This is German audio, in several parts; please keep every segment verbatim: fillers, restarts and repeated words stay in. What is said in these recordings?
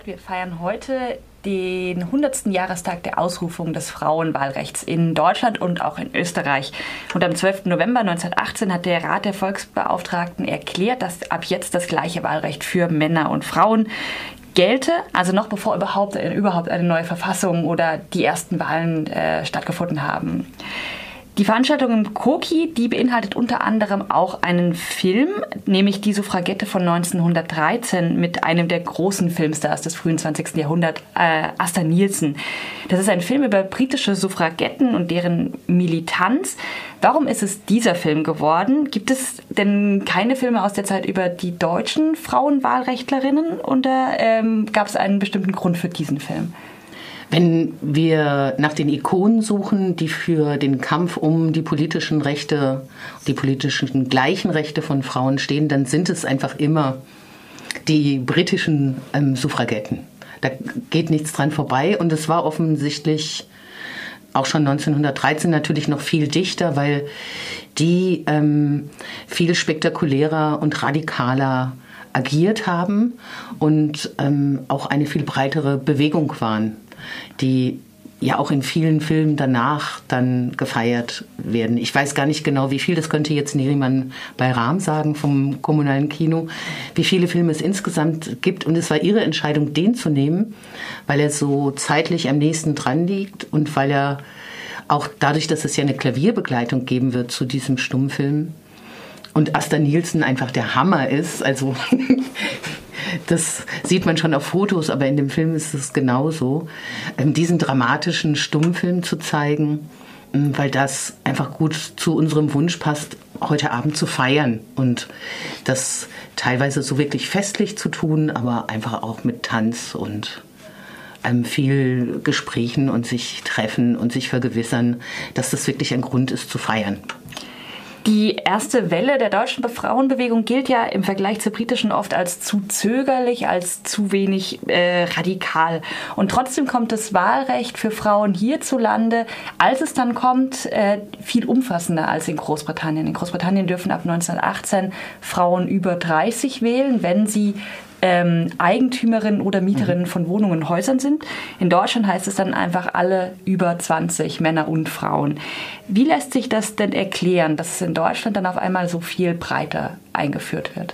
Wir feiern heute den hundertsten Jahrestag der Ausrufung des Frauenwahlrechts in Deutschland und auch in Österreich. Und am zwölften November neunzehnhundertachtzehn hat der Rat der Volksbeauftragten erklärt, dass ab jetzt das gleiche Wahlrecht für Männer und Frauen gelte, also noch bevor überhaupt, äh, überhaupt eine neue Verfassung oder die ersten Wahlen äh, stattgefunden haben. Die Veranstaltung im Koki, die beinhaltet unter anderem auch einen Film, nämlich Die Suffragette von neunzehnhundertdreizehn mit einem der großen Filmstars des frühen zwanzigsten Jahrhunderts, äh, Asta Nielsen. Das ist ein Film über britische Suffragetten und deren Militanz. Warum ist es dieser Film geworden? Gibt es denn keine Filme aus der Zeit über die deutschen Frauenwahlrechtlerinnen oder ähm, gab es einen bestimmten Grund für diesen Film? Wenn wir nach den Ikonen suchen, die für den Kampf um die politischen Rechte, die politischen gleichen Rechte von Frauen stehen, dann sind es einfach immer die britischen ähm, Suffragetten. Da geht nichts dran vorbei und es war offensichtlich auch schon neunzehnhundertdreizehn natürlich noch viel dichter, weil die ähm, viel spektakulärer und radikaler agiert haben und ähm, auch eine viel breitere Bewegung waren, die ja auch in vielen Filmen danach dann gefeiert werden. Ich weiß gar nicht genau, wie viel, das könnte jetzt Neriman Bayram sagen vom kommunalen Kino, wie viele Filme es insgesamt gibt. Und es war ihre Entscheidung, den zu nehmen, weil er so zeitlich am nächsten dran liegt und weil er auch dadurch, dass es ja eine Klavierbegleitung geben wird zu diesem Stummfilm und Asta Nielsen einfach der Hammer ist, also das sieht man schon auf Fotos, aber in dem Film ist es genauso, diesen dramatischen Stummfilm zu zeigen, weil das einfach gut zu unserem Wunsch passt, heute Abend zu feiern und das teilweise so wirklich festlich zu tun, aber einfach auch mit Tanz und viel Gesprächen und sich treffen und sich vergewissern, dass das wirklich ein Grund ist zu feiern. Die erste Welle der deutschen Frauenbewegung gilt ja im Vergleich zur britischen oft als zu zögerlich, als zu wenig äh, radikal. Und trotzdem kommt das Wahlrecht für Frauen hierzulande, als es dann kommt, äh, viel umfassender als in Großbritannien. In Großbritannien dürfen ab neunzehnhundertachtzehn Frauen über dreißig wählen, wenn sie Ähm, Eigentümerinnen oder Mieterinnen von Wohnungen und Häusern sind. In Deutschland heißt es dann einfach alle über zwanzig, Männer und Frauen. Wie lässt sich das denn erklären, dass es in Deutschland dann auf einmal so viel breiter eingeführt wird?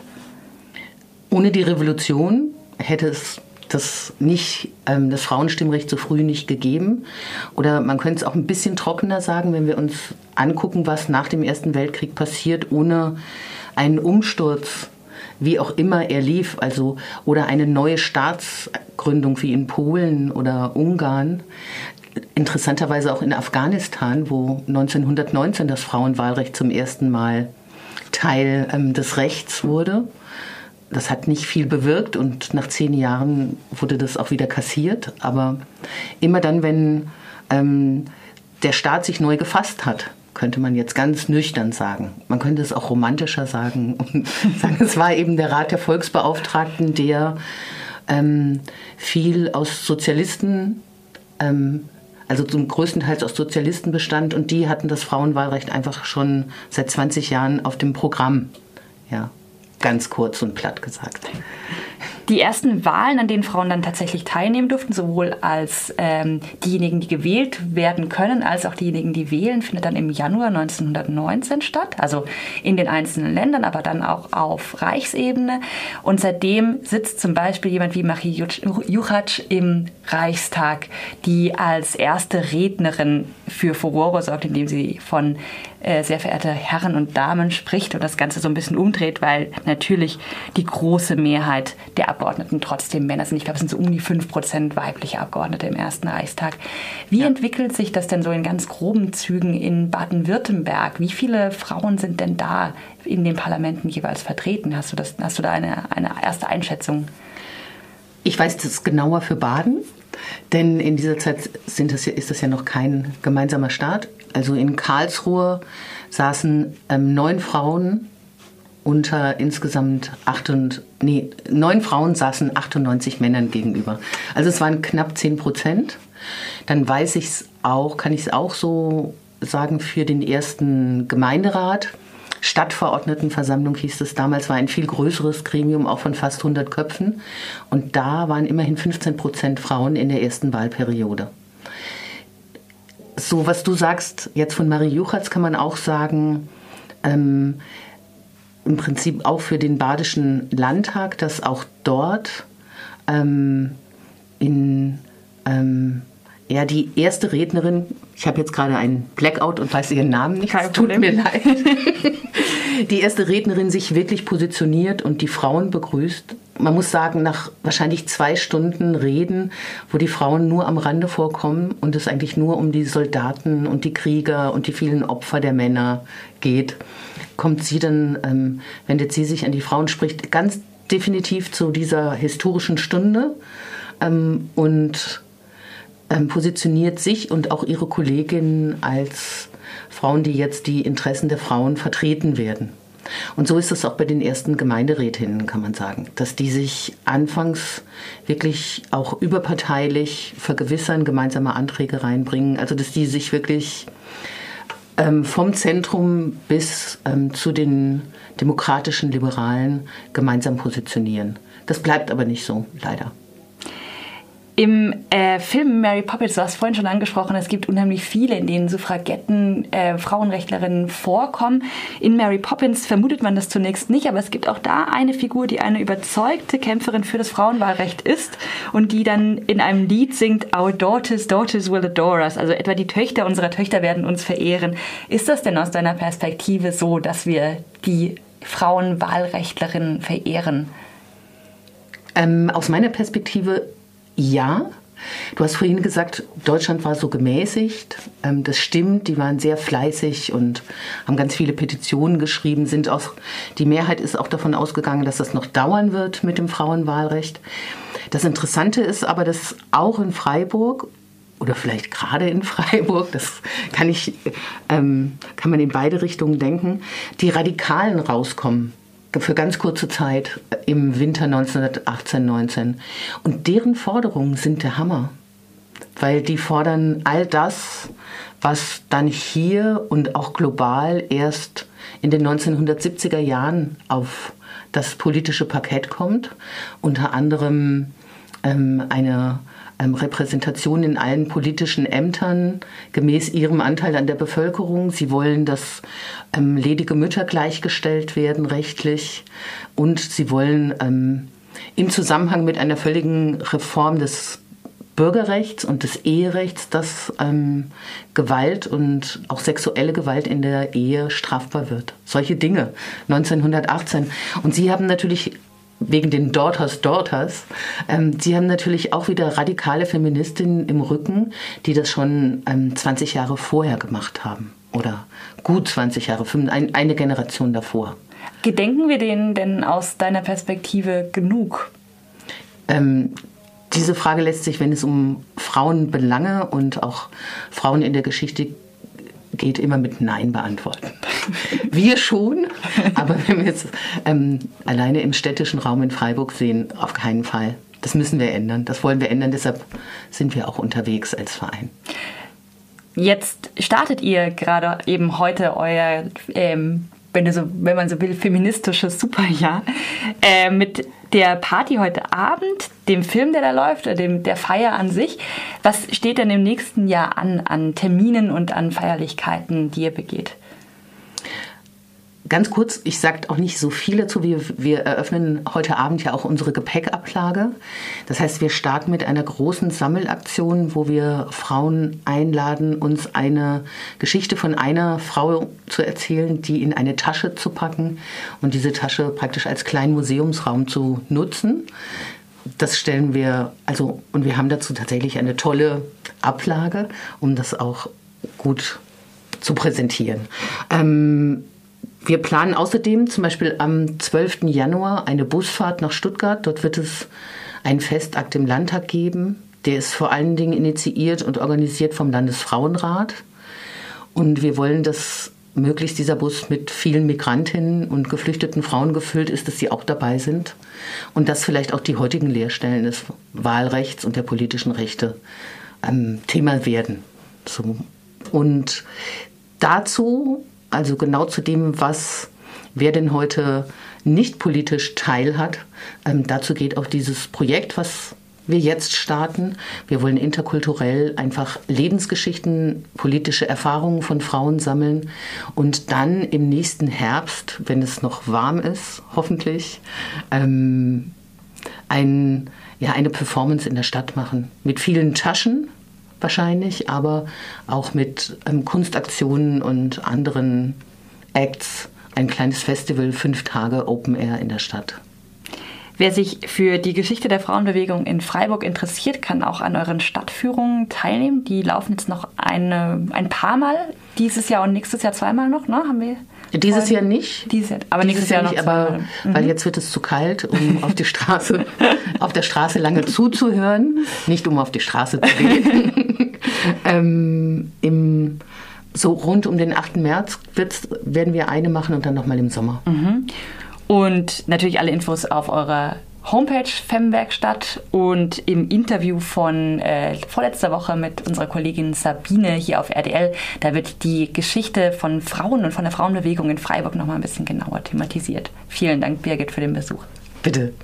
Ohne die Revolution hätte es das, nicht, ähm, das Frauenstimmrecht so früh nicht gegeben. Oder man könnte es auch ein bisschen trockener sagen, wenn wir uns angucken, was nach dem Ersten Weltkrieg passiert, ohne einen Umsturz, wie auch immer er lief, also oder eine neue Staatsgründung wie in Polen oder Ungarn, interessanterweise auch in Afghanistan, wo neunzehnhundertneunzehn das Frauenwahlrecht zum ersten Mal Teil ähm, des Rechts wurde. Das hat nicht viel bewirkt und nach zehn Jahren wurde das auch wieder kassiert. Aber immer dann, wenn ähm, der Staat sich neu gefasst hat, könnte man jetzt ganz nüchtern sagen. Man könnte es auch romantischer sagen und sagen, es war eben der Rat der Volksbeauftragten, der ähm, viel aus Sozialisten, ähm, also zum größten Teil aus Sozialisten bestand und die hatten das Frauenwahlrecht einfach schon seit zwanzig Jahren auf dem Programm. Ja, ganz kurz und platt gesagt. Die ersten Wahlen, an denen Frauen dann tatsächlich teilnehmen durften, sowohl als ähm, diejenigen, die gewählt werden können, als auch diejenigen, die wählen, findet dann im Januar neunzehnhundertneunzehn statt. Also in den einzelnen Ländern, aber dann auch auf Reichsebene. Und seitdem sitzt zum Beispiel jemand wie Marie Juchatsch im Reichstag, die als erste Rednerin für Furore sorgt, indem sie von äh, sehr verehrte Herren und Damen spricht und das Ganze so ein bisschen umdreht, weil natürlich die große Mehrheit der Abgeordneten trotzdem Männer sind. Ich glaube, es sind so um die fünf Prozent weibliche Abgeordnete im ersten Reichstag. Wie ja. entwickelt sich das denn so in ganz groben Zügen in Baden-Württemberg? Wie viele Frauen sind denn da in den Parlamenten jeweils vertreten? Hast du, das, hast du da eine, eine erste Einschätzung? Ich weiß das genauer für Baden, denn in dieser Zeit sind das, ist das ja noch kein gemeinsamer Staat. Also in Karlsruhe saßen ähm, neun Frauen unter insgesamt acht und, nee, neun Frauen saßen achtundneunzig Männern gegenüber. Also es waren knapp zehn Prozent. Dann weiß ich es auch, kann ich es auch so sagen, für den ersten Gemeinderat Stadtverordnetenversammlung hieß es damals, war ein viel größeres Gremium, auch von fast hundert Köpfen. Und da waren immerhin fünfzehn Prozent Frauen in der ersten Wahlperiode. So, was du sagst jetzt von Marie Juchatz, kann man auch sagen, ähm, im Prinzip auch für den Badischen Landtag, dass auch dort ähm, in ähm, ja, die erste Rednerin, ich habe jetzt gerade einen Blackout und weiß ihren Namen nicht, es tut mir leid, die erste Rednerin sich wirklich positioniert und die Frauen begrüßt. Man muss sagen, nach wahrscheinlich zwei Stunden Reden, wo die Frauen nur am Rande vorkommen und es eigentlich nur um die Soldaten und die Krieger und die vielen Opfer der Männer geht, kommt sie dann, ähm, wendet sie sich an die Frauen, spricht ganz definitiv zu dieser historischen Stunde ähm, und ähm, positioniert sich und auch ihre Kolleginnen als Frauen, die jetzt die Interessen der Frauen vertreten werden. Und so ist es auch bei den ersten Gemeinderätinnen, kann man sagen, dass die sich anfangs wirklich auch überparteilich vergewissern, gemeinsame Anträge reinbringen, also dass die sich wirklich ähm, vom Zentrum bis ähm, zu den demokratischen Liberalen gemeinsam positionieren. Das bleibt aber nicht so, leider. Im äh, Film Mary Poppins, du hast vorhin schon angesprochen, es gibt unheimlich viele, in denen Suffragetten, äh, Frauenrechtlerinnen vorkommen. In Mary Poppins vermutet man das zunächst nicht, aber es gibt auch da eine Figur, die eine überzeugte Kämpferin für das Frauenwahlrecht ist und die dann in einem Lied singt, Our daughters, daughters will adore us, also etwa die Töchter unserer Töchter werden uns verehren. Ist das denn aus deiner Perspektive so, dass wir die Frauenwahlrechtlerinnen verehren? Ähm, aus meiner Perspektive ja. Du hast vorhin gesagt, Deutschland war so gemäßigt. Ähm, das stimmt, die waren sehr fleißig und haben ganz viele Petitionen geschrieben. Sind auch, die Mehrheit ist auch davon ausgegangen, dass das noch dauern wird mit dem Frauenwahlrecht. Das Interessante ist aber, dass auch in Freiburg oder vielleicht gerade in Freiburg, das kann, ich, ähm, kann man in beide Richtungen denken, die Radikalen rauskommen. Für ganz kurze Zeit im Winter neunzehnhundertachtzehn neunzehn. Und deren Forderungen sind der Hammer. Weil die fordern all das, was dann hier und auch global erst in den neunzehnhundertsiebziger Jahren auf das politische Parkett kommt. Unter anderem ähm, eine ähm, Repräsentation in allen politischen Ämtern gemäß ihrem Anteil an der Bevölkerung. Sie wollen, dass ähm, ledige Mütter gleichgestellt werden rechtlich und sie wollen ähm, im Zusammenhang mit einer völligen Reform des Bürgerrechts und des Eherechts, dass ähm, Gewalt und auch sexuelle Gewalt in der Ehe strafbar wird. Solche Dinge, neunzehnhundertachtzehn. Und sie haben natürlich wegen den Daughters Daughters, ähm, sie haben natürlich auch wieder radikale Feministinnen im Rücken, die das schon ähm, zwanzig Jahre vorher gemacht haben. Oder gut zwanzig Jahre, ein, eine Generation davor. Gedenken wir denen denn aus deiner Perspektive genug? Ähm, diese Frage lässt sich, wenn es um Frauenbelange und auch Frauen in der Geschichte geht, immer mit Nein beantworten. Wir schon, aber wenn wir jetzt ähm, alleine im städtischen Raum in Freiburg sehen, auf keinen Fall. Das müssen wir ändern, das wollen wir ändern, deshalb sind wir auch unterwegs als Verein. Jetzt startet ihr gerade eben heute euer, ähm, wenn, du so, wenn man so will, feministisches Superjahr äh, mit der Party heute Abend, dem Film, der da läuft, dem, der Feier an sich. Was steht denn im nächsten Jahr an, an Terminen und an Feierlichkeiten, die ihr begeht? Ganz kurz, ich sage auch nicht so viel dazu. Wir, wir eröffnen heute Abend ja auch unsere Gepäckablage. Das heißt, wir starten mit einer großen Sammelaktion, wo wir Frauen einladen, uns eine Geschichte von einer Frau zu erzählen, die in eine Tasche zu packen und diese Tasche praktisch als kleinen Museumsraum zu nutzen. Das stellen wir, also, und wir haben dazu tatsächlich eine tolle Ablage, um das auch gut zu präsentieren. Ähm, Wir planen außerdem zum Beispiel am zwölften Januar eine Busfahrt nach Stuttgart. Dort wird es einen Festakt im Landtag geben. Der ist vor allen Dingen initiiert und organisiert vom Landesfrauenrat. Und wir wollen, dass möglichst dieser Bus mit vielen Migrantinnen und geflüchteten Frauen gefüllt ist, dass sie auch dabei sind. Und dass vielleicht auch die heutigen Lehrstellen des Wahlrechts und der politischen Rechte ähm, Thema werden. So. Und dazu, also genau zu dem, was wer denn heute nicht politisch teilhat. Ähm, dazu geht auch dieses Projekt, was wir jetzt starten. Wir wollen interkulturell einfach Lebensgeschichten, politische Erfahrungen von Frauen sammeln und dann im nächsten Herbst, wenn es noch warm ist, hoffentlich, ähm, ein, ja, eine Performance in der Stadt machen. Mit vielen Taschen wahrscheinlich, aber auch mit ähm, Kunstaktionen und anderen Acts. Ein kleines Festival, fünf Tage Open Air in der Stadt. Wer sich für die Geschichte der Frauenbewegung in Freiburg interessiert, kann auch an euren Stadtführungen teilnehmen. Die laufen jetzt noch eine, ein paar Mal, dieses Jahr und nächstes Jahr zweimal noch, ne? Haben wir Dieses Jahr nicht. Dieses Jahr, aber Dieses nächstes Jahr, Jahr nicht, noch aber mhm. weil jetzt wird es zu kalt, um auf die Straße, auf der Straße lange zuzuhören, nicht um auf die Straße zu gehen. ähm, im, so rund um den achten März wird's, werden wir eine machen und dann nochmal im Sommer. Mhm. Und natürlich alle Infos auf eurer Homepage Femwerkstatt und im Interview von äh, vorletzter Woche mit unserer Kollegin Sabine hier auf R D L, da wird die Geschichte von Frauen und von der Frauenbewegung in Freiburg nochmal ein bisschen genauer thematisiert. Vielen Dank, Birgit, für den Besuch. Bitte.